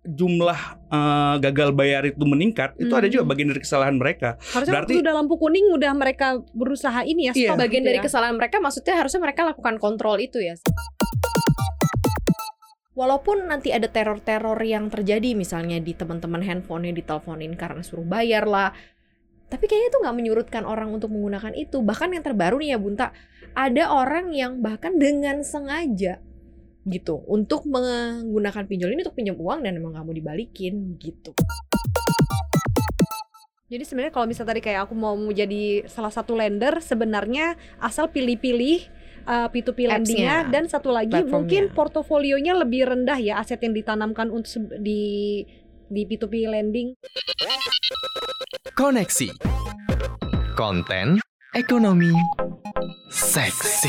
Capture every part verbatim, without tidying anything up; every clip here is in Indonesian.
jumlah uh, gagal bayar itu meningkat, itu Hmm. ada juga bagian dari kesalahan mereka. Harusnya Berarti- waktu udah lampu kuning udah mereka berusaha ini ya Iya. stop Bagian gitu dari ya. kesalahan mereka maksudnya harusnya mereka lakukan kontrol itu ya. Walaupun nanti ada teror-teror yang terjadi misalnya di teman-teman handphonenya diteleponin karena suruh bayar lah, tapi kayaknya itu nggak menyurutkan orang untuk menggunakan itu. Bahkan yang terbaru nih ya Bunta, ada orang yang bahkan dengan sengaja gitu untuk menggunakan pinjol ini untuk pinjam uang dan emang nggak mau dibalikin gitu. Jadi sebenarnya kalau misalnya tadi kayak aku mau jadi salah satu lender, sebenarnya asal pilih-pilih uh, P to P lendingnya, Apps-nya, dan satu lagi platformnya. mungkin portofolionya lebih rendah ya aset yang ditanamkan untuk se- di di P to P lending. Koneksi konten ekonomi seksi.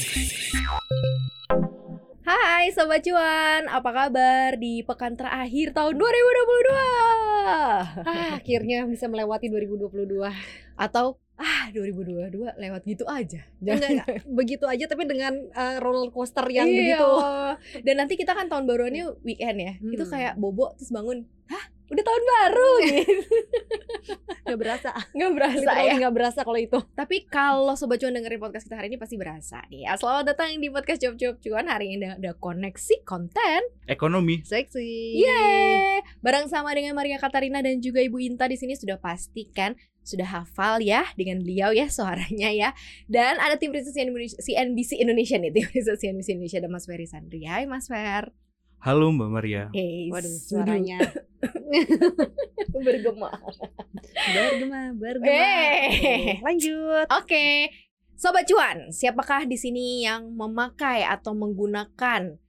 Hai Sobat Cuan, apa kabar di pekan terakhir tahun dua ribu dua puluh dua? Ah, akhirnya bisa melewati dua ribu dua puluh dua. Atau ah dua ribu dua puluh dua lewat gitu aja. Enggak, enggak, begitu aja tapi dengan uh, roller coaster yang Iya. begitu. Dan nanti kita kan tahun baruannya weekend ya. Hmm. Itu kayak bobo terus bangun, hah udah tahun baru gitu. Nggak berasa. Nggak berasa Literally ya. nggak berasa kalau itu. Tapi kalau Sobat Cuan dengerin podcast kita hari ini pasti berasa nih ya. Selamat datang di podcast Job Job Cuan. Hari ini ada, ada koneksi konten Ekonomi. Seksi. Yeay. Bareng sama dengan Maria Katarina dan juga Ibu Inta di sini sudah pasti kan sudah hafal ya dengan beliau ya suaranya ya. Dan ada tim riset C N B C Indonesia nih, tim riset C N B C Indonesia ada Mas Ferry Sandri. Hai Mas Fer. Halo Mbak Maria. Hey, Waduh, suaranya bergema. bergema, bergema. Eh. Oke, lanjut. Oke, Sobat Cuan, siapakah di sini yang memakai atau menggunakan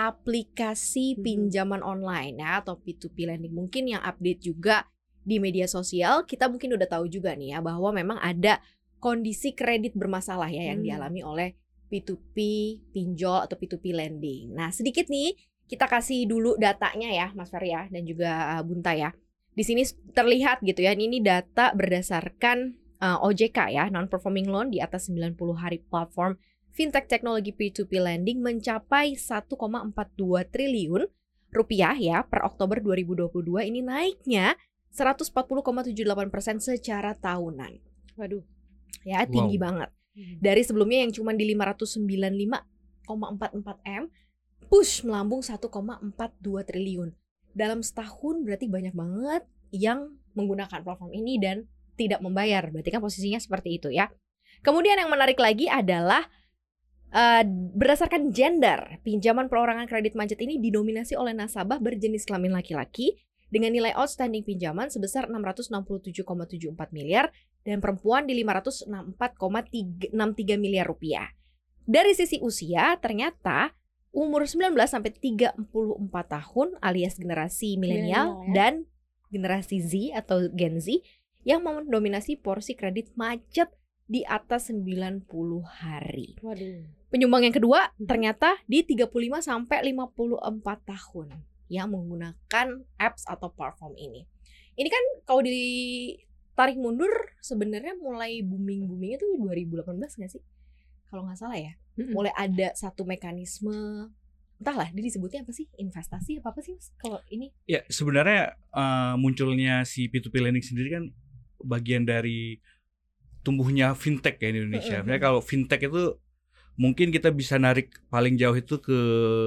aplikasi Hmm. pinjaman online ya atau P to P lending? Mungkin yang update juga di media sosial, kita mungkin udah tahu juga nih ya bahwa memang ada kondisi kredit bermasalah ya yang Hmm. dialami oleh P to P pinjol atau P to P lending. Nah, sedikit nih kita kasih dulu datanya ya Mas Ferry ya dan juga uh, Bunta ya. Di sini terlihat gitu ya, ini data berdasarkan uh, O J K ya, non-performing loan di atas sembilan puluh hari platform fintech teknologi P to P lending mencapai satu koma empat dua triliun rupiah ya per Oktober dua ribu dua puluh dua. Ini naiknya seratus empat puluh koma tujuh delapan persen secara tahunan. Waduh. Ya, tinggi Wow. banget. Dari sebelumnya yang cuma di lima ratus sembilan puluh lima koma empat empat M, push melambung satu koma empat dua triliun. Dalam setahun berarti banyak banget yang menggunakan platform ini dan tidak membayar. Berarti kan posisinya seperti itu ya. Kemudian yang menarik lagi adalah uh, berdasarkan gender, pinjaman perorangan kredit macet ini didominasi oleh nasabah berjenis kelamin laki-laki dengan nilai outstanding pinjaman sebesar enam ratus enam puluh tujuh koma tujuh empat miliar dan perempuan di lima ratus enam puluh empat koma enam tiga miliar rupiah. Dari sisi usia ternyata umur sembilan belas sampai tiga puluh empat tahun alias generasi milenial Milenial ya. dan generasi Z atau Gen Z yang mendominasi porsi kredit macet di atas sembilan puluh hari. Waduh. Penyumbang yang kedua ternyata di tiga puluh lima sampai lima puluh empat tahun yang menggunakan apps atau platform ini. Ini kan kalau ditarik mundur sebenarnya mulai booming-boomingnya tuh dua ribu delapan belas nggak sih? Kalau nggak salah ya. Mm-mm. Mulai ada satu mekanisme, entahlah dia disebutnya apa sih? Investasi apa apa sih Mas? Kalau ini Ya sebenarnya uh, munculnya si P to P lending sendiri kan bagian dari tumbuhnya fintech ya di Indonesia. Mm-mm. Sebenarnya kalau fintech itu mungkin kita bisa narik paling jauh itu ke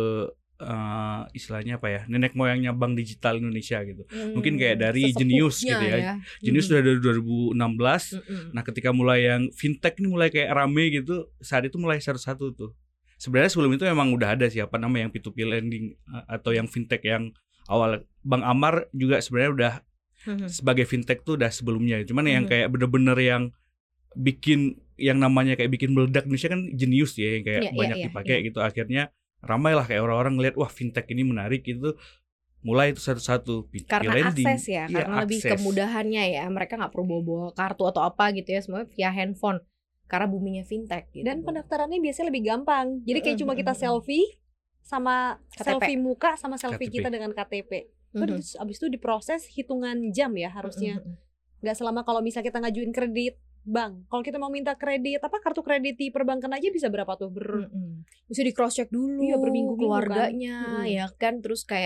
uh, istilahnya apa ya, nenek moyangnya bank digital Indonesia gitu. Mungkin kayak dari Genius gitu ya. Genius sudah dari dua ribu enam belas. Mm-mm. Nah ketika mulai yang fintech ini mulai kayak rame gitu, saat itu mulai satu-satu tuh. Sebenarnya sebelum itu emang udah ada siapa nama yang P to P lending uh, atau yang fintech yang awal. Bang Amar juga sebenarnya udah Mhm. sebagai fintech tuh udah sebelumnya. Cuman yang Mhm. kayak bener-bener yang bikin yang namanya kayak bikin meledak Indonesia kan Genius ya, yang kayak Iya, iya, banyak iya, dipakai iya. gitu. Akhirnya ramai lah kayak orang-orang ngeliat wah fintech ini menarik gitu. Mulai itu satu-satu P to P Karena lending. akses ya, Iya, karena lebih akses. kemudahannya ya. Mereka nggak perlu bawa kartu atau apa gitu ya, semuanya via handphone. Karena boomingnya fintech gitu. Dan pendaftarannya biasanya lebih gampang. Jadi kayak Mm-mm, cuma kita mm-mm. selfie sama K T P. selfie muka sama selfie K T P. kita dengan K T P. Mhm. Terus abis itu diproses hitungan jam ya harusnya. Mhm. Nggak selama kalau misalnya kita ngajuin kredit bank. Kalau kita mau minta kredit apa kartu kredit di perbankan aja bisa berapa tuh? Ber Mm-mm. Bisa di cross check dulu Iya, berminggu-minggu kan. keluarganya Mm-mm. ya kan, terus kayak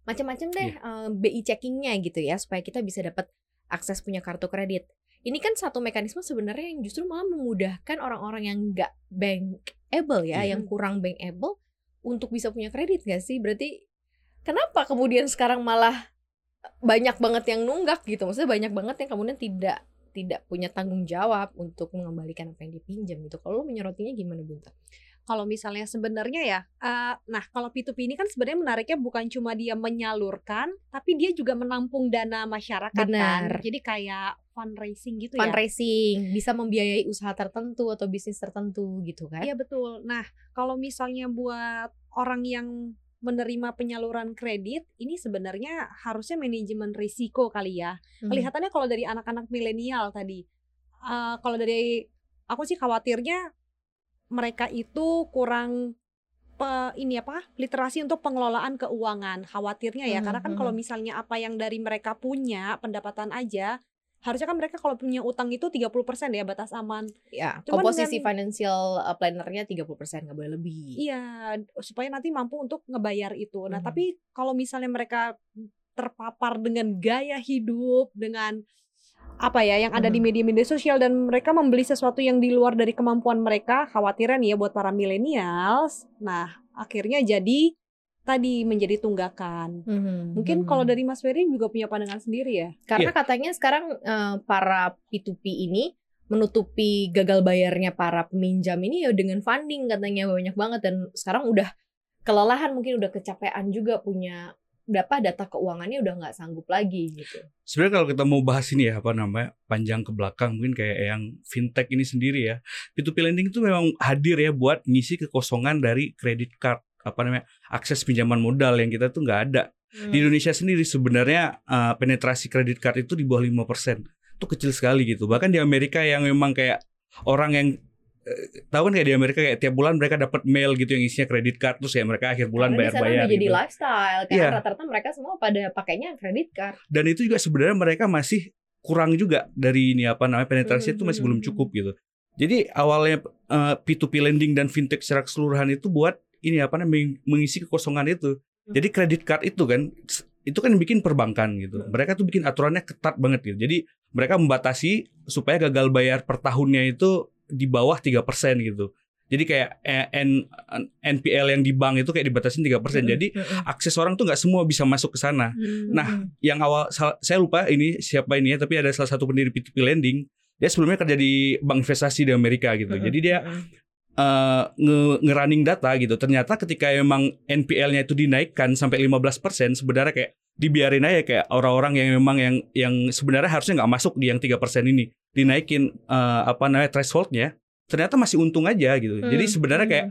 macam-macam deh Iya. uh, B I checkingnya gitu ya, supaya kita bisa dapat akses punya kartu kredit. Ini kan satu mekanisme sebenarnya yang justru malah memudahkan orang-orang yang nggak bankable ya, Iya. yang kurang bankable untuk bisa punya kredit nggak sih? Berarti kenapa kemudian sekarang malah banyak banget yang nunggak gitu? Maksudnya banyak banget yang kemudian tidak tidak punya tanggung jawab untuk mengembalikan apa yang dipinjam gitu. Kalau lo menyoroti gimana, Bunta? Kalau misalnya sebenarnya ya, uh, nah kalau P to P ini kan sebenarnya menariknya bukan cuma dia menyalurkan, tapi dia juga menampung dana masyarakat. Benar. Kan. Jadi kayak fundraising gitu Fundraising, bisa membiayai usaha tertentu atau bisnis tertentu gitu kan? ya. Iya betul. Nah kalau misalnya buat orang yang menerima penyaluran kredit, ini sebenarnya harusnya manajemen risiko kali ya. Hmm. Kelihatannya kalau dari anak-anak milenial tadi, uh, kalau dari aku sih khawatirnya mereka itu kurang pe, ini apa literasi untuk pengelolaan keuangan, khawatirnya ya. Hmm, Karena kan hmm. kalau misalnya apa yang dari mereka punya pendapatan aja, harusnya kan mereka kalau punya utang itu tiga puluh persen ya batas aman. Ya, Cuman komposisi dengan- financial uh, planner-nya tiga puluh persen, nggak boleh lebih. Iya, supaya nanti mampu untuk ngebayar itu. Nah, Hmm. tapi kalau misalnya mereka terpapar dengan gaya hidup, dengan apa ya yang ada di Hmm. media-media sosial, dan mereka membeli sesuatu yang di luar dari kemampuan mereka, khawatiran ya buat para millennials. Nah, akhirnya jadi tadi menjadi tunggakan. Hmm, Mungkin hmm. kalau dari Mas Ferry juga punya pandangan sendiri ya. Karena Iya. katanya sekarang uh, para P to P ini menutupi gagal bayarnya para peminjam ini ya dengan funding, katanya banyak banget, dan sekarang udah kelelahan, mungkin udah kecapean juga, punya berapa data keuangannya udah nggak sanggup lagi gitu. Sebenarnya kalau kita mau bahas ini ya apa namanya panjang ke belakang, mungkin kayak yang fintech ini sendiri ya, P to P lending itu memang hadir ya buat ngisi kekosongan dari credit card, apa namanya akses pinjaman modal yang kita tuh nggak ada. Di Indonesia sendiri sebenarnya uh, penetrasi credit card itu di bawah lima persen. Itu kecil sekali gitu. Bahkan di Amerika yang memang kayak orang yang eh, tahu kan kayak di Amerika kayak tiap bulan mereka dapat mail gitu yang isinya credit card, terus ya mereka akhir bulan Karena di sana bayar-bayar udah jadi gitu. lifestyle kan, Iya. rata-rata mereka semua pada pakainya kredit card. Dan itu juga sebenarnya mereka masih kurang juga dari ini apa namanya penetrasi Hmm, itu masih hmm, belum hmm. cukup gitu. Jadi awalnya uh, P to P lending dan fintech secara keseluruhan itu buat ini apa namanya mengisi kekosongan itu. Jadi kredit card itu kan itu kan yang bikin perbankan gitu. Mereka tuh bikin aturannya ketat banget gitu. Jadi mereka membatasi supaya gagal bayar per tahunnya itu di bawah tiga persen gitu. Jadi kayak eh, N, N P L yang di bank itu kayak dibatasin tiga persen. Jadi akses orang tuh nggak semua bisa masuk ke sana. Nah, yang awal saya lupa ini siapa ini ya, tapi ada salah satu pendiri P to P lending. Dia sebelumnya kerja di bank investasi di Amerika gitu. Jadi dia uh, nge- nge-running data gitu. Ternyata ketika emang N P L-nya itu dinaikkan sampai lima belas persen, sebenarnya kayak dibiarin aja kayak orang-orang yang memang yang yang sebenarnya harusnya nggak masuk di yang tiga persen ini. Dinaikin uh, apa namanya threshold-nya, ternyata masih untung aja gitu. Hmm, Jadi sebenarnya kayak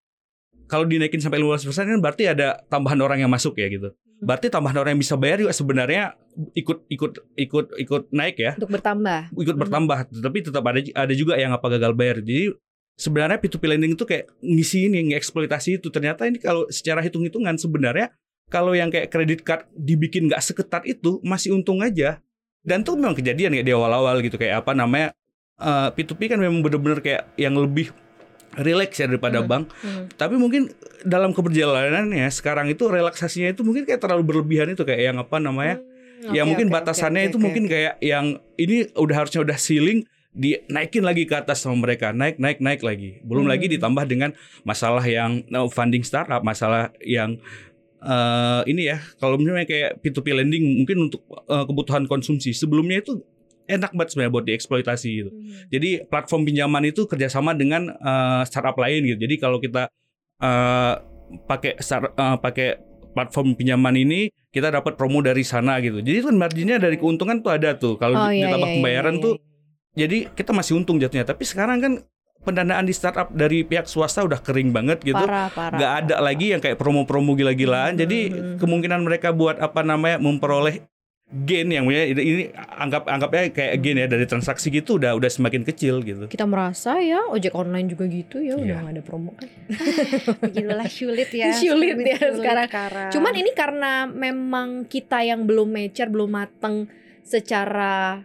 kalau dinaikin sampai lima belas persen kan berarti ada tambahan orang yang masuk ya gitu. Berarti tambahan orang yang bisa bayar juga sebenarnya ikut ikut ikut ikut naik ya. Untuk bertambah. Ikut Hmm. bertambah, tapi tetap ada ada juga yang apa gagal bayar. Jadi sebenarnya P to P lending itu kayak ngisi ini, ngeksploitasi itu. Ternyata ini kalau secara hitung-hitungan sebenarnya kalau yang kayak kredit card dibikin nggak seketat itu masih untung aja. Dan tuh memang kejadian kayak di awal-awal gitu kayak apa namanya uh, P to P kan memang bener-bener kayak yang lebih relax ya daripada Hmm. bank. Hmm. Tapi mungkin dalam keberjalanannya sekarang itu relaksasinya itu mungkin kayak terlalu berlebihan itu kayak yang apa namanya Hmm, ya oke, mungkin oke, batasannya oke, itu oke, mungkin oke. kayak yang ini udah harusnya udah ceiling dinaikin lagi ke atas sama mereka, naik naik naik lagi. Belum Hmm. lagi ditambah dengan masalah yang no, funding startup, masalah yang eh, ini ya kalau misalnya kayak P to P lending mungkin untuk eh, kebutuhan konsumsi sebelumnya itu enak banget sebenarnya buat dieksploitasi gitu. Hmm. Jadi platform pinjaman itu kerjasama dengan uh, startup lain gitu. Jadi kalau kita uh, pakai start, uh, pakai platform pinjaman ini, kita dapat promo dari sana gitu. Jadi kan marginnya dari keuntungan tuh ada tuh. Kalau Oh, iya, ditambah iya, pembayaran iya, tuh, iya. jadi kita masih untung jatuhnya. Tapi sekarang kan pendanaan di startup dari pihak swasta udah kering banget gitu. Parah, parah. Gak ada lagi yang kayak promo-promo gila-gilaan. Hmm, Jadi hmm. kemungkinan mereka buat apa namanya memperoleh gain yang punya ini anggap anggapnya kayak gain ya dari transaksi gitu udah udah semakin kecil gitu. Kita merasa ya ojek online juga gitu ya, udah Iya. nggak ada promo kan. Beginilah sulit ya. Sulit ya sulit sekarang. Cuman ini karena memang kita yang belum mature, belum mateng secara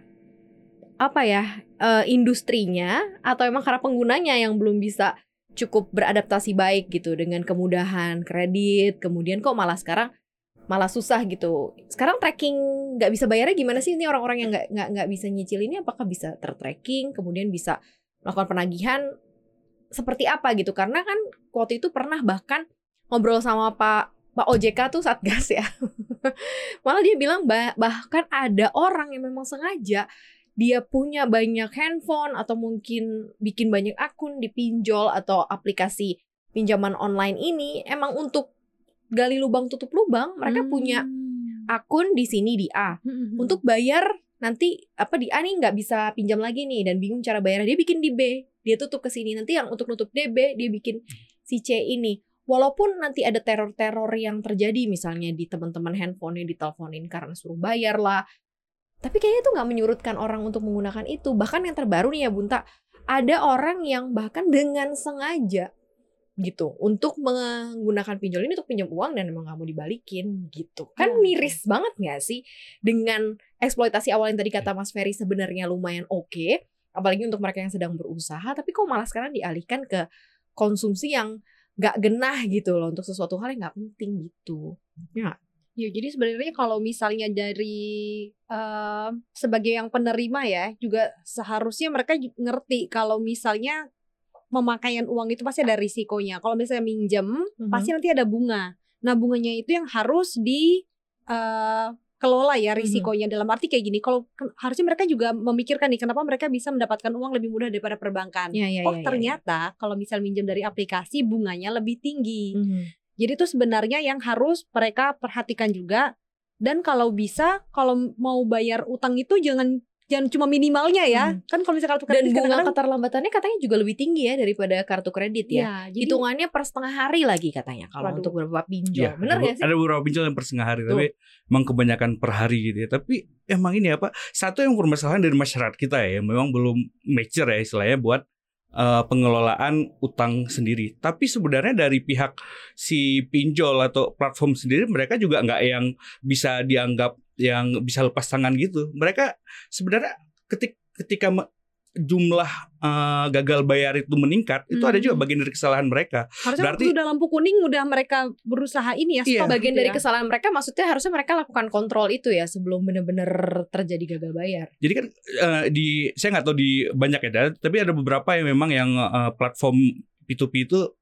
apa ya eh, industrinya, atau emang karena penggunanya yang belum bisa cukup beradaptasi baik gitu dengan kemudahan kredit, kemudian kok malah sekarang malah susah gitu. Sekarang tracking nggak bisa bayarnya gimana sih? Ini orang-orang yang nggak nggak nggak bisa nyicil ini apakah bisa tertracking, kemudian bisa melakukan penagihan seperti apa gitu? Karena kan waktu itu pernah bahkan ngobrol sama Pak Pak O J K tuh Satgas ya. Malah dia bilang bah- bahkan ada orang yang memang sengaja dia punya banyak handphone atau mungkin bikin banyak akun di pinjol atau aplikasi pinjaman online ini emang untuk gali lubang tutup lubang. Mereka hmm. punya akun di sini di A hmm. untuk bayar nanti apa di A nih nggak bisa pinjam lagi nih dan bingung cara bayar, dia bikin di B, dia tutup ke sini, nanti yang untuk nutup D B dia bikin si C ini. Walaupun nanti ada teror-teror yang terjadi misalnya di teman-teman handphone yang diteleponin karena suruh bayar lah, tapi kayaknya itu nggak menyurutkan orang untuk menggunakan itu. Bahkan yang terbaru nih ya Bunta, ada orang yang bahkan dengan sengaja gitu untuk menggunakan pinjol ini untuk pinjam uang dan emang nggak mau dibalikin gitu. Kan miris banget nggak sih dengan eksploitasi awal yang tadi kata Mas Ferry sebenarnya lumayan oke, okay, apalagi untuk mereka yang sedang berusaha, tapi kok malah sekarang dialihkan ke konsumsi yang nggak genah gitu loh untuk sesuatu hal yang nggak penting gitu. Ya. Ya, jadi sebenarnya kalau misalnya dari uh, sebagai yang penerima ya, juga seharusnya mereka ngerti kalau misalnya pemakaian uang itu pasti ada risikonya. Kalau misalnya minjem, mm-hmm. pasti nanti ada bunga. Nah, bunganya itu yang harus di uh, kelola ya risikonya. Mm-hmm. Dalam arti kayak gini, kalau harusnya mereka juga memikirkan nih kenapa mereka bisa mendapatkan uang lebih mudah daripada perbankan. Ya, ya, oh, ya, ternyata ya. kalau misal minjem dari aplikasi bunganya lebih tinggi. Mm-hmm. Jadi itu sebenarnya yang harus mereka perhatikan juga. Dan kalau bisa, kalau mau bayar utang itu jangan jangan cuma minimalnya ya. Hmm. Kan kalau misalnya kartu kredit dan bunga keterlambatannya katanya juga lebih tinggi ya daripada kartu kredit ya. ya jadi, hitungannya per setengah hari lagi katanya kalau waduh. Untuk beberapa pinjol. Ya, bener ada, gak sih? Ada beberapa pinjol yang per setengah hari, tuh. Tapi emang kebanyakan per hari gitu ya. Tapi emang ini apa? Satu yang permasalahan dari masyarakat kita ya, memang belum mature ya istilahnya buat uh, pengelolaan utang sendiri. Tapi sebenarnya dari pihak si pinjol atau platform sendiri mereka juga nggak yang bisa dianggap yang bisa lepas tangan gitu. Mereka sebenarnya ketika, ketika jumlah uh, gagal bayar itu meningkat, hmm. itu ada juga bagian dari kesalahan mereka. Harusnya berarti udah lampu kuning udah mereka berusaha ini ya. Iya, bagian gitu dari ya. Kesalahan mereka maksudnya harusnya mereka lakukan kontrol itu ya sebelum benar-benar terjadi gagal bayar. Jadi kan uh, di saya nggak tahu di banyak ya, tapi ada beberapa yang memang yang uh, platform P to P itu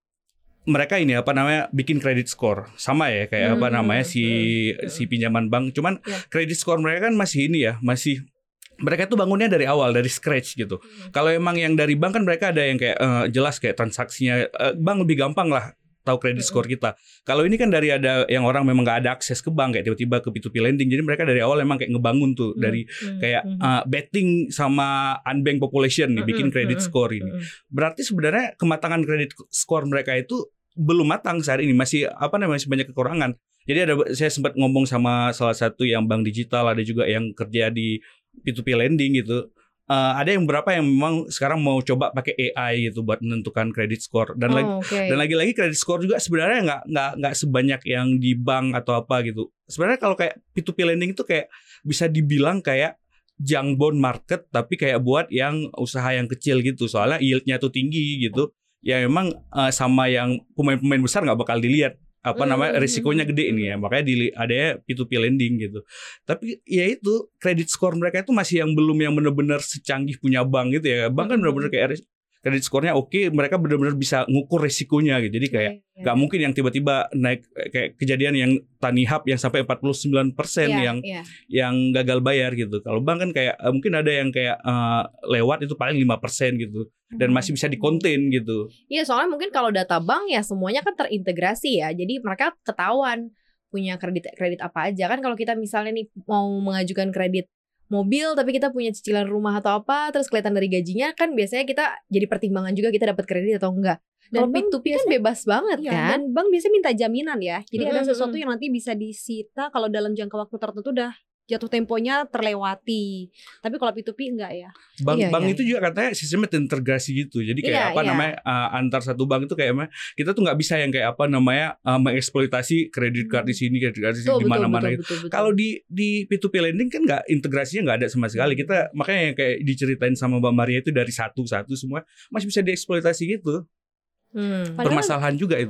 mereka ini apa namanya bikin kredit score sama ya kayak hmm, apa namanya si hmm, si pinjaman bank, cuman kredit ya. Score mereka kan masih ini ya masih mereka tuh bangunnya dari awal dari scratch gitu. Hmm. Kalau emang yang dari bank kan mereka ada yang kayak uh, jelas kayak transaksinya uh, bank lebih gampang lah tahu kredit hmm. score kita. Kalau ini kan dari ada yang orang memang nggak ada akses ke bank kayak tiba-tiba ke P to P lending, jadi mereka dari awal emang kayak ngebangun tuh hmm. dari hmm. kayak uh, betting sama unbanked population nih bikin kredit hmm. score ini. Hmm. Berarti sebenarnya kematangan kredit score mereka itu belum matang saat ini, masih apa namanya masih banyak kekurangan. Jadi ada saya sempat ngomong sama salah satu yang bank digital, ada juga yang kerja di P to P lending gitu. Uh, ada yang beberapa yang memang sekarang mau coba pakai A I gitu buat menentukan credit score dan oh, lagi okay. dan lagi-lagi credit score juga sebenarnya nggak nggak nggak sebanyak yang di bank atau apa gitu. Sebenarnya kalau kayak P to P lending itu kayak bisa dibilang kayak junk bond market tapi kayak buat yang usaha yang kecil gitu. Soalnya yieldnya tuh tinggi gitu. Ya memang uh, sama yang pemain-pemain besar nggak bakal dilihat apa namanya risikonya gede ini ya, makanya di ada P to P lending gitu. Tapi ya itu kredit score mereka itu masih yang belum yang benar-benar secanggih punya bank gitu ya. Bank kan benar-benar kayak kredit skornya oke, mereka benar-benar bisa ngukur risikonya gitu. Jadi kayak nggak yeah, yeah. mungkin yang tiba-tiba naik kayak kejadian yang Tanihub yang sampai empat puluh sembilan persen yeah, yang yeah. yang gagal bayar gitu. Kalau bank kan kayak uh, mungkin ada yang kayak uh, lewat itu paling lima persen gitu. Dan masih bisa dikontain gitu. Iya, soalnya mungkin kalau data bank ya semuanya kan terintegrasi ya. Jadi mereka ketahuan punya kredit kredit apa aja. Kan kalau kita misalnya nih mau mengajukan kredit mobil tapi kita punya cicilan rumah atau apa terus kelihatan dari gajinya, kan biasanya kita jadi pertimbangan juga kita dapat kredit atau enggak. Kalau P to P kan bebas banget ya, kan. Dan bank biasanya minta jaminan ya. Jadi mm-hmm. ada sesuatu yang nanti bisa disita kalau dalam jangka waktu tertentu udah jatuh temponya terlewati. Tapi kalau P to P enggak ya. Bank iya, bank iya. itu juga katanya sistemnya terintegrasi gitu. Jadi kayak iya, apa iya. namanya uh, antar satu bank itu kayak kita tuh nggak bisa yang kayak apa namanya uh, mengeksploitasi kredit card di sini, kredit card di sini di mana-mana gitu. Kalau di di P to P lending kan nggak integrasinya nggak ada sama sekali. Kita makanya kayak diceritain sama Mbak Maria itu dari satu-satu semua masih bisa dieksploitasi gitu. Hmm. Permasalahan juga itu.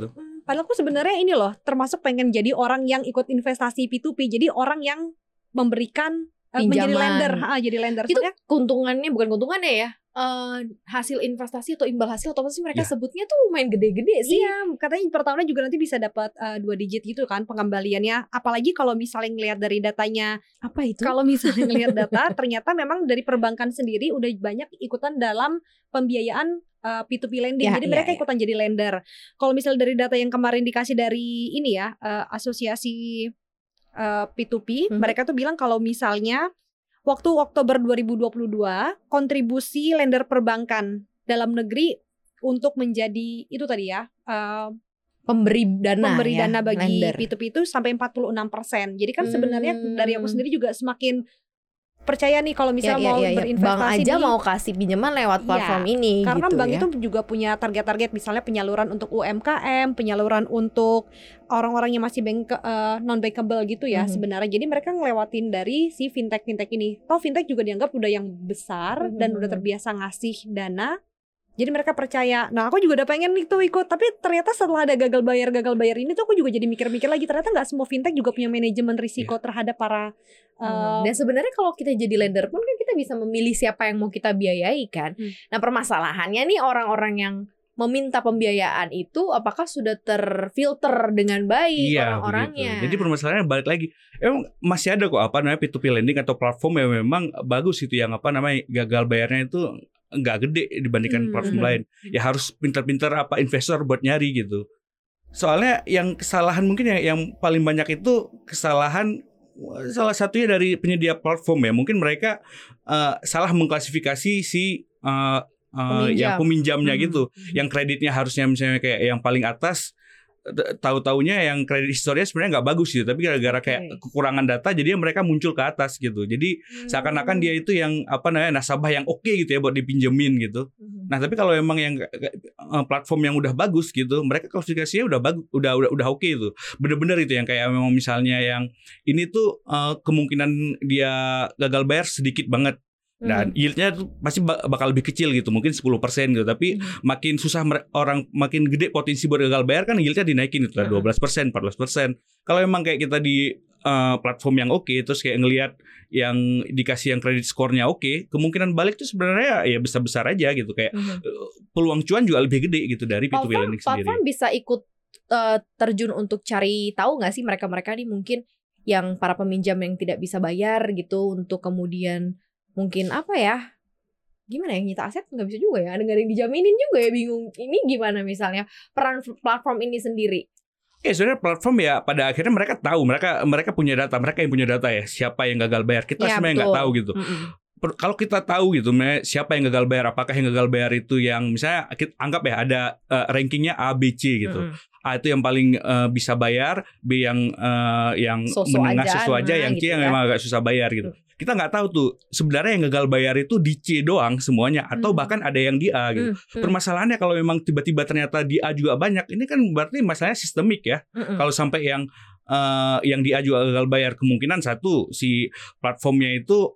Padahal aku sebenarnya ini loh, termasuk pengen jadi orang yang ikut investasi P to P. Jadi orang yang memberikan uh, menjadi lender, ha, jadi lender. Itu Soalnya, keuntungannya bukan keuntungannya ya. Uh, hasil investasi atau imbal hasil atau apa sih mereka Ya. sebutnya tuh main gede-gede sih. iya, katanya per tahunnya juga nanti bisa dapat uh, dua digit gitu kan pengembaliannya. Apalagi kalau misalnya ngelihat dari datanya, Apa itu? kalau misalnya ngelihat data, ternyata memang dari perbankan sendiri udah banyak ikutan dalam pembiayaan uh, P to P lending. Ya, Jadi ya, mereka ya. ikutan jadi lender. Kalau misalnya dari data yang kemarin dikasih dari ini ya, uh, asosiasi uh, P to P, Mhm. mereka tuh bilang kalau misalnya waktu Oktober dua ribu dua puluh dua, kontribusi lender perbankan dalam negeri untuk menjadi itu tadi ya, uh, Pemberi dana pemberi ya, dana bagi lender. P to P itu sampai empat puluh enam persen. Jadi kan sebenarnya Hmm. dari aku sendiri juga semakin percaya nih kalau misalnya Ya, ya, mau ya, ya. berinvestasi Bank aja di, mau kasih pinjaman lewat Iya, platform ini karena gitu bank ya. itu juga punya target-target, misalnya penyaluran untuk U M K M, penyaluran untuk orang-orang yang masih bank uh, non bankable gitu ya. Mhm. Sebenarnya jadi mereka ngelewatin dari si fintech fintech ini. Toh fintech juga dianggap udah yang besar dan Mhm. udah terbiasa ngasih dana. Jadi mereka percaya. Nah, aku juga udah pengen itu ikut. Tapi ternyata setelah ada gagal bayar gagal bayar ini tuh aku juga jadi mikir-mikir lagi. Ternyata nggak semua fintech juga punya manajemen risiko terhadap para. Hmm. uh, Dan sebenarnya kalau kita jadi lender pun kan kita bisa memilih siapa yang mau kita biayai kan. Hmm. Nah permasalahannya nih orang-orang yang meminta pembiayaan itu apakah sudah terfilter dengan baik Iya, orang-orangnya. begitu. Jadi permasalahannya balik lagi. Emang masih ada kok apa namanya P to P lending atau platform yang memang bagus itu yang apa namanya gagal bayarnya itu nggak gede dibandingkan Hmm. platform Mhm. lain. Ya harus pintar-pintar apa investor buat nyari gitu. Soalnya yang kesalahan mungkin yang, yang paling banyak itu kesalahan salah satunya dari penyedia platform ya. Mungkin mereka uh, salah mengklasifikasi si uh, uh, Peminjam. yang peminjamnya Mhm. gitu. Yang kreditnya harusnya misalnya kayak yang paling atas, t- tahu-taunya yang kredit historinya sebenarnya nggak bagus gitu, tapi gara-gara Oke. kayak kekurangan data jadinya mereka muncul ke atas gitu. Jadi seakan-akan dia itu yang apa namanya nasabah yang oke gitu ya buat dipinjemin gitu. Mhm. Nah, tapi kalau emang yang uh, platform yang udah bagus gitu, mereka klasifikasinya udah bagus, udah udah udah oke itu. Bener-bener itu yang kayak memang misalnya yang ini tuh uh, kemungkinan dia gagal bayar sedikit banget. Dan yieldnya tuh pasti ba- bakal lebih kecil gitu, mungkin sepuluh persen gitu. Tapi Mhm. makin susah mere- orang, makin gede potensi buat gagal bayar kan yieldnya dinaikin itu lah, dua belas persen, empat belas persen. Kalau emang kayak kita di uh, platform yang oke, terus kayak ngelihat yang dikasih yang kredit skornya oke, kemungkinan balik tuh sebenarnya ya besar-besar aja gitu. Kayak Mhm. uh, peluang cuan juga lebih gede gitu dari P to P Platform, lending sendiri. platform bisa ikut uh, terjun untuk cari tahu nggak sih mereka-mereka nih mungkin yang para peminjam yang tidak bisa bayar gitu untuk kemudian mungkin apa ya gimana ya nyita aset nggak bisa juga ya ada nggak ada yang dijaminin juga ya bingung ini gimana misalnya peran platform ini sendiri. Ya sebenarnya platform ya pada akhirnya mereka tahu, mereka mereka punya data, mereka yang punya data ya siapa yang gagal bayar. Kita Ya, sebenarnya nggak betul. tahu gitu. Mm-mm. Per- kalau kita tahu gitu me- siapa yang gagal bayar, apakah yang gagal bayar itu yang misalnya kita anggap ya ada uh, rankingnya A B C gitu. Mm-mm. A itu yang paling uh, bisa bayar, B yang uh, yang So-so menengah aja, sesuai aja, nah, yang C gitu yang ya. memang agak susah bayar gitu. Kita nggak tahu tuh sebenarnya yang gagal bayar itu di C doang semuanya atau Hmm. bahkan ada yang di A gitu. Mm, mm, Permasalahannya kalau memang tiba-tiba ternyata di A juga banyak, ini kan berarti masalahnya sistemik ya. mm-mm. Kalau sampai yang uh, yang di A juga gagal bayar, kemungkinan satu si platformnya itu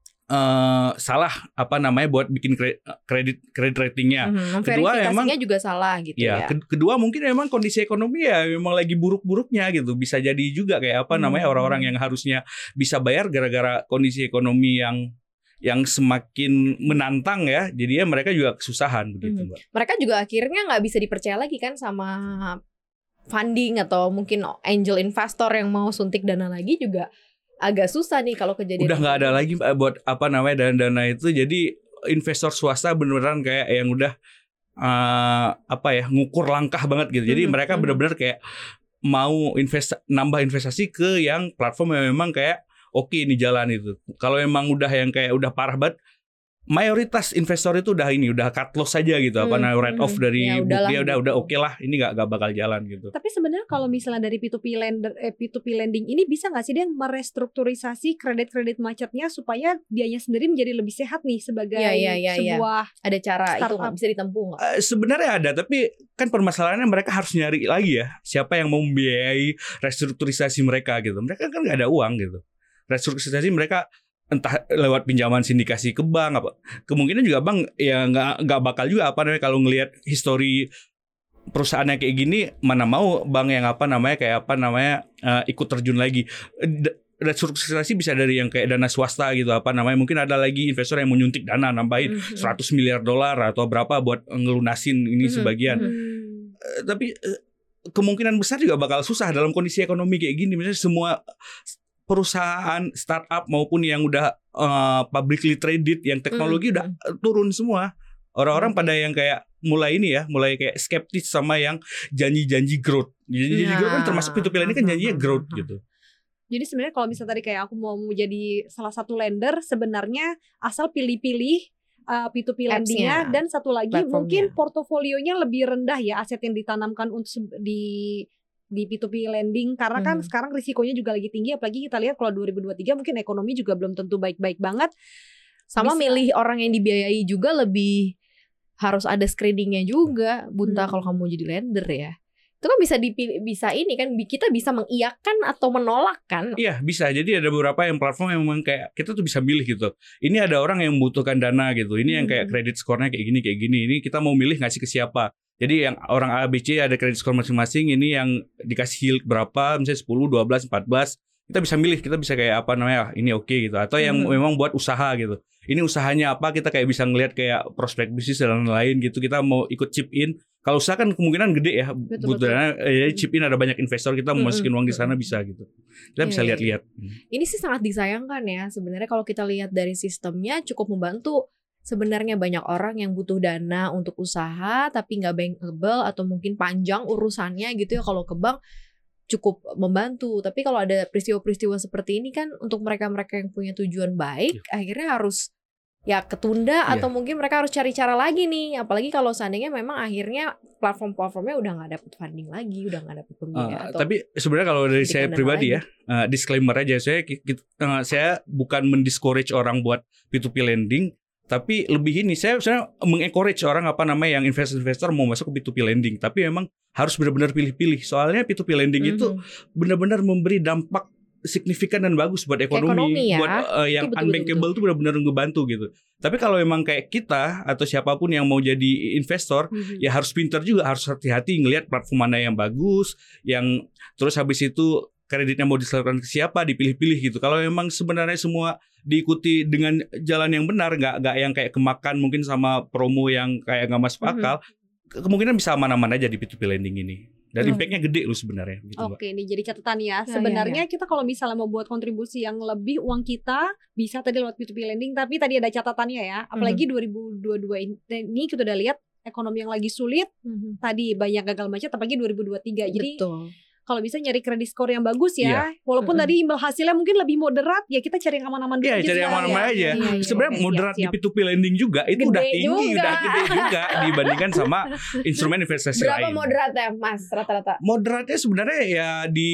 uh, salah apa namanya buat bikin kre- kredit kredit ratingnya. Mhm, Kedua, verifikasinya emang- juga salah gitu ya. Ya, ke- kedua mungkin memang kondisi ekonomi ya memang lagi buruk-buruknya gitu. Bisa jadi juga kayak apa namanya Hmm. orang-orang yang harusnya bisa bayar gara-gara kondisi ekonomi yang yang semakin menantang ya. Jadinya mereka juga kesusahan begitu, Mhm. Mbak. Mereka juga akhirnya nggak bisa dipercaya lagi kan sama funding atau mungkin angel investor yang mau suntik dana lagi juga agak susah nih kalau kejadian Udah nggak itu. ada lagi eh, buat apa namanya dana-dana itu. Jadi investor swasta beneran kayak yang udah eh, apa ya ngukur langkah banget gitu. Jadi Mhm, mereka mhm. bener-bener kayak mau invest nambah investasi ke yang platform yang memang kayak oke ini jalan itu. Kalau emang udah yang kayak udah parah banget, mayoritas investor itu udah ini udah cut loss saja gitu. Apa Hmm, namanya write off hmm. dari Ya book udahlah dia udah gitu. udah oke lah. Ini nggak nggak bakal jalan gitu. Tapi sebenarnya kalau misalnya dari P to P lender, eh, P to P lending ini bisa nggak sih dia merestrukturisasi kredit-kredit macetnya supaya dianya sendiri menjadi lebih sehat nih sebagai Iya, iya, iya, iya. sebuah Ada cara itu Startup. nggak bisa ditempuh nggak? Eh, sebenarnya ada, tapi kan permasalahannya mereka harus nyari lagi ya siapa yang mau membiayai restrukturisasi mereka gitu. Mereka kan nggak ada uang gitu. Restrukturisasi mereka entah lewat pinjaman sindikasi ke bank apa. Kemungkinan juga bank ya nggak nggak bakal juga apa namanya kalau ngelihat histori perusahaan yang kayak gini mana mau bank yang apa namanya kayak apa namanya uh, ikut terjun lagi. D- restrukturisasi bisa dari yang kayak dana swasta gitu apa namanya, mungkin ada lagi investor yang mau nyuntik dana nambahin mm-hmm. seratus miliar dolar atau berapa buat ngelunasin ini mm-hmm. sebagian. Mm-hmm. Uh, tapi uh, kemungkinan besar juga bakal susah dalam kondisi ekonomi kayak gini. Misalnya semua perusahaan startup maupun yang udah uh, publicly traded yang teknologi mm-hmm. udah turun semua. Orang-orang mm-hmm. pada yang kayak mulai ini ya, mulai kayak skeptis sama yang janji-janji growth. Janji-janji nah. growth kan termasuk P two P lending kan janjinya growth gitu. Jadi sebenarnya kalau misalnya tadi kayak aku mau menjadi salah satu lender, sebenarnya asal pilih-pilih uh, P two P lendingnya, dan satu lagi platformnya. Mungkin portofolionya lebih rendah ya aset yang ditanamkan untuk di di P two P lending, karena kan hmm. sekarang risikonya juga lagi tinggi, apalagi kita lihat kalau dua ribu dua puluh tiga mungkin ekonomi juga belum tentu baik-baik banget. Sama bisa. Milih orang yang dibiayai juga lebih harus ada screeningnya juga, Bunta, hmm. kalau kamu jadi lender ya. Itu kan bisa dipilih, bisa ini kan kita bisa mengiyakan atau menolak kan? Iya bisa. Jadi ada beberapa yang platform yang memang kayak kita tuh bisa milih gitu. Ini ada orang yang membutuhkan dana gitu. Ini hmm. yang kayak kredit skornya kayak gini kayak gini. Ini kita mau milih ngasih ke siapa. Jadi yang orang A B C ada kredit skor masing-masing. Ini yang dikasih yield berapa, misalnya sepuluh, dua belas, empat belas. Kita bisa milih. Kita bisa kayak apa namanya, ini oke okay, gitu. Atau yang hmm. memang buat usaha gitu. Ini usahanya apa, kita kayak bisa ngelihat kayak prospek bisnis dan lain-lain gitu. Kita mau ikut chip in. Kalau usaha kan kemungkinan gede ya, butuhnya eh, chip in ada banyak investor, kita mau masukin uang di sana bisa gitu. Kita yeah, bisa lihat-lihat. Ini sih sangat disayangkan ya. Sebenarnya kalau kita lihat dari sistemnya cukup membantu. Sebenarnya banyak orang yang butuh dana untuk usaha tapi nggak bankable atau mungkin panjang urusannya gitu ya. Kalau ke bank cukup membantu. Tapi kalau ada peristiwa-peristiwa seperti ini kan untuk mereka-mereka yang punya tujuan baik, yeah. akhirnya harus ya ketunda yeah. atau mungkin mereka harus cari cara lagi nih. Apalagi kalau seandainya memang akhirnya platform-platformnya udah nggak dapet funding lagi, udah nggak dapet pembiayaan. Uh, tapi sebenarnya kalau dari saya pribadi lagi. ya, uh, disclaimer aja, saya uh, saya bukan mendiscourage orang buat P two P lending, tapi lebih ini saya sebenarnya mengencourage orang apa namanya yang investor-investor mau masuk ke P two P lending, tapi memang harus benar-benar pilih-pilih. Soalnya P two P lending mm-hmm. itu benar-benar memberi dampak signifikan dan bagus buat ekonomi, ekonomi ya? buat uh, yang betul, unbankable betul, tuh benar-benar ngebantu gitu. Tapi kalau memang kayak kita atau siapapun yang mau jadi investor, mm-hmm. ya harus pintar juga, harus hati-hati ngelihat platform mana yang bagus, yang terus habis itu kreditnya mau disalurkan ke siapa, dipilih-pilih gitu. Kalau memang sebenarnya semua diikuti dengan jalan yang benar, nggak nggak yang kayak kemakan mungkin sama promo yang kayak nggak masuk akal, mm-hmm. kemungkinan bisa aman-aman aja di P two P lending ini. Dan hmm. impactnya gede loh sebenarnya. Gitu, Oke, ini jadi catatan ya. Sebenarnya ya, ya, ya. kita kalau misalnya mau buat kontribusi yang lebih, uang kita bisa tadi lewat P two P lending, tapi tadi ada catatannya ya. Apalagi hmm. dua ribu dua puluh dua ini kita udah lihat ekonomi yang lagi sulit. Hmm. Tadi banyak gagal macet, apalagi dua ribu dua puluh tiga. Jadi betul. Kalau bisa nyari kredit skor yang bagus ya. Yeah. Walaupun mm-hmm. tadi imbal hasilnya mungkin lebih moderat, ya kita cari yang aman-aman dulu. Iya, cari yang aman-aman ya. aja. Ya, ya, ya. Sebenarnya okay, moderat siap, siap. di P two P lending juga itu gede udah tinggi, juga. udah gede juga dibandingkan sama instrumen investasi Berapa lain. Berapa moderatnya, Mas, rata-rata? Moderatnya sebenarnya ya di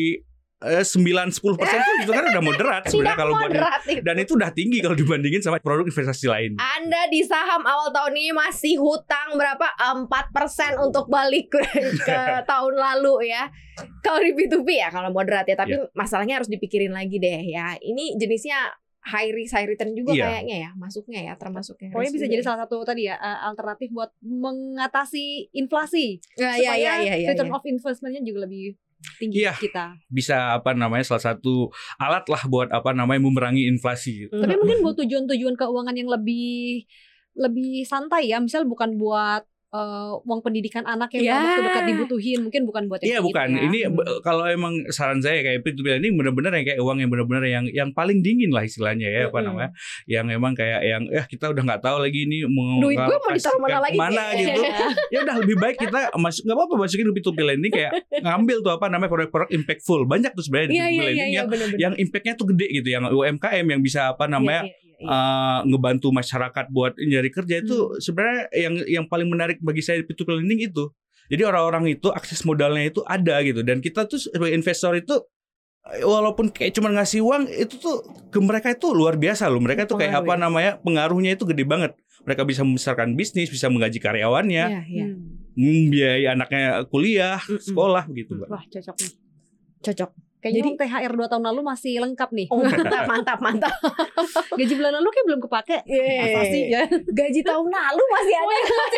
eh, sembilan sampai sepuluh persen tuh itu kan udah moderat sebenarnya kalau buat itu. Dan itu udah tinggi kalau dibandingin sama produk investasi lain. Anda di saham awal tahun ini masih hutang berapa? empat persen untuk balik ke, ke tahun lalu ya. Kalau di P two P ya kalau moderat ya, tapi yeah. masalahnya harus dipikirin lagi deh ya. Ini jenisnya high risk high return juga yeah. kayaknya ya, masuknya ya, termasuknya. Pokoknya bisa jadi salah satu tadi ya alternatif buat mengatasi inflasi. Ya, supaya ya, ya, ya, return ya. of investment-nya juga lebih tinggi iya, kita. Bisa apa namanya salah satu alat lah buat apa namanya memerangi inflasi gitu. Tapi mungkin buat tujuan-tujuan keuangan yang lebih lebih santai ya, misal bukan buat Uh, uang pendidikan anak yang yeah. waktu dekat dibutuhin, mungkin bukan buat yang yeah, bukan. Gitu ya. Ini hmm. kalau emang saran saya kayak P two P lending benar-benar yang kayak uang yang benar-benar yang yang paling dingin lah istilahnya ya, hmm. apa namanya, yang emang kayak yang ya kita udah nggak tahu lagi ini mau duit gue mau ditaruh mana lagi mana gitu. Ya udah lebih baik kita masuk, nggak apa-apa masukin P two P lending, kayak ngambil tuh apa namanya produk-produk impactful. Banyak tuh sebenarnya di P two P yeah, lending yeah, yang yeah, yang impactnya tuh gede gitu, yang U M K M yang bisa apa namanya yeah, yeah. Uh, ngebantu masyarakat buat nyari kerja itu hmm. sebenarnya yang yang paling menarik bagi saya di P two P lending itu. Jadi orang-orang itu akses modalnya itu ada gitu, dan kita tuh sebagai investor itu walaupun kayak cuma ngasih uang itu tuh ke mereka itu luar biasa loh. Mereka tuh kayak apa namanya pengaruhnya itu gede banget. Mereka bisa membesarkan bisnis, bisa menggaji karyawannya, yeah, yeah. membiayai anaknya kuliah, mm-mm. sekolah gitu. Wah cocok nih. Cocok. Kayaknya Jadi- T H R dua tahun lalu masih lengkap nih. Oh mantap mantap mantap. Gaji bulan lalu kayak belum kepake. Masa sih ya? Gaji tahun lalu masih ada.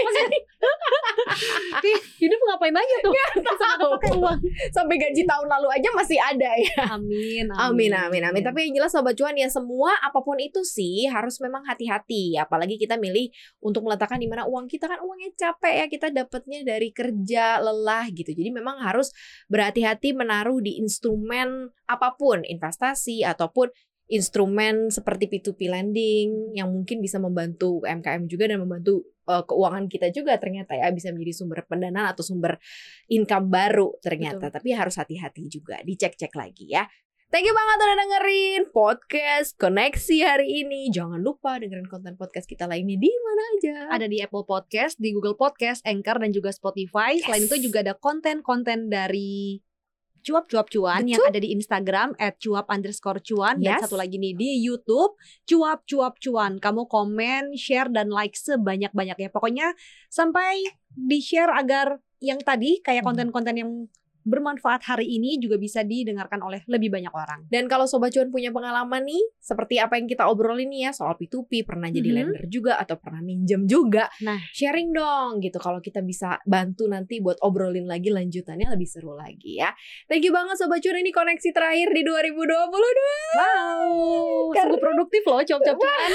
Ih, hidup ngapain aja tuh? Tahu. Pakai uang. Sampai gaji tahun lalu aja masih ada ya. Amin, Amin amin amin. Tapi yang jelas Sobat Cuan ya, semua apapun itu sih harus memang hati-hati. Apalagi kita milih untuk meletakkan di mana uang kita, kan uangnya capek ya, kita dapatnya dari kerja lelah gitu. Jadi memang harus berhati-hati menaruh di instrumen apapun, investasi ataupun instrumen seperti P to P lending yang mungkin bisa membantu U M K M juga dan membantu uh, keuangan kita juga ternyata ya, bisa menjadi sumber pendanaan atau sumber income baru ternyata. Betul. Tapi harus hati-hati juga, dicek-cek lagi ya. Thank you banget udah dengerin podcast Koneksi hari ini. Jangan lupa dengerin konten podcast kita lainnya di mana aja. Ada di Apple Podcast, di Google Podcast, Anchor, dan juga Spotify. Yes. Selain itu juga ada konten-konten dari Cuap-Cuap Cuan Betul. yang ada di Instagram at cuap underscore cuan. Dan Yes. satu lagi nih di YouTube, Cuap-Cuap Cuan. Kamu komen, share, dan like sebanyak-banyaknya. Pokoknya sampai di-share agar yang tadi kayak Hmm. konten-konten yang bermanfaat hari ini juga bisa didengarkan oleh lebih banyak orang. Dan kalau Sobat Cuan punya pengalaman nih, seperti apa yang kita obrolin nih ya, soal P to P, pernah jadi Mhm. lender juga atau pernah minjem juga. Nah. Sharing dong gitu, kalau kita bisa bantu nanti buat obrolin lagi lanjutannya lebih seru lagi ya. Thank you banget Sobat Cuan, ini koneksi terakhir di dua ribu dua puluh dua. Wow, Karena- sungguh produktif loh Cuap-Cuap Cuan.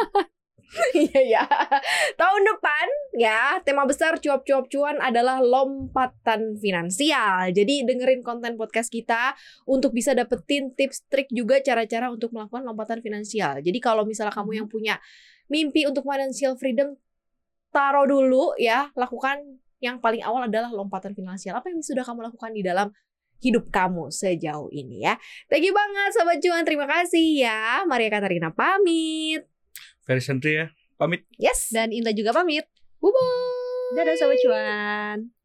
Iya ya. Tahun depan ya, tema besar Cuap-Cuap Cuan adalah lompatan finansial. Jadi dengerin konten podcast kita untuk bisa dapetin tips trik juga cara-cara untuk melakukan lompatan finansial. Jadi kalau misalnya kamu yang punya mimpi untuk financial freedom, taruh dulu ya, lakukan yang paling awal adalah lompatan finansial. Apa yang sudah kamu lakukan di dalam hidup kamu sejauh ini ya. Thank you banget Sobat Cuan, terima kasih ya. Maria Katarina pamit. Ferry Santri ya, pamit. Yes. Dan Inta juga pamit. Bye-bye. Dadah Sobat Cuan.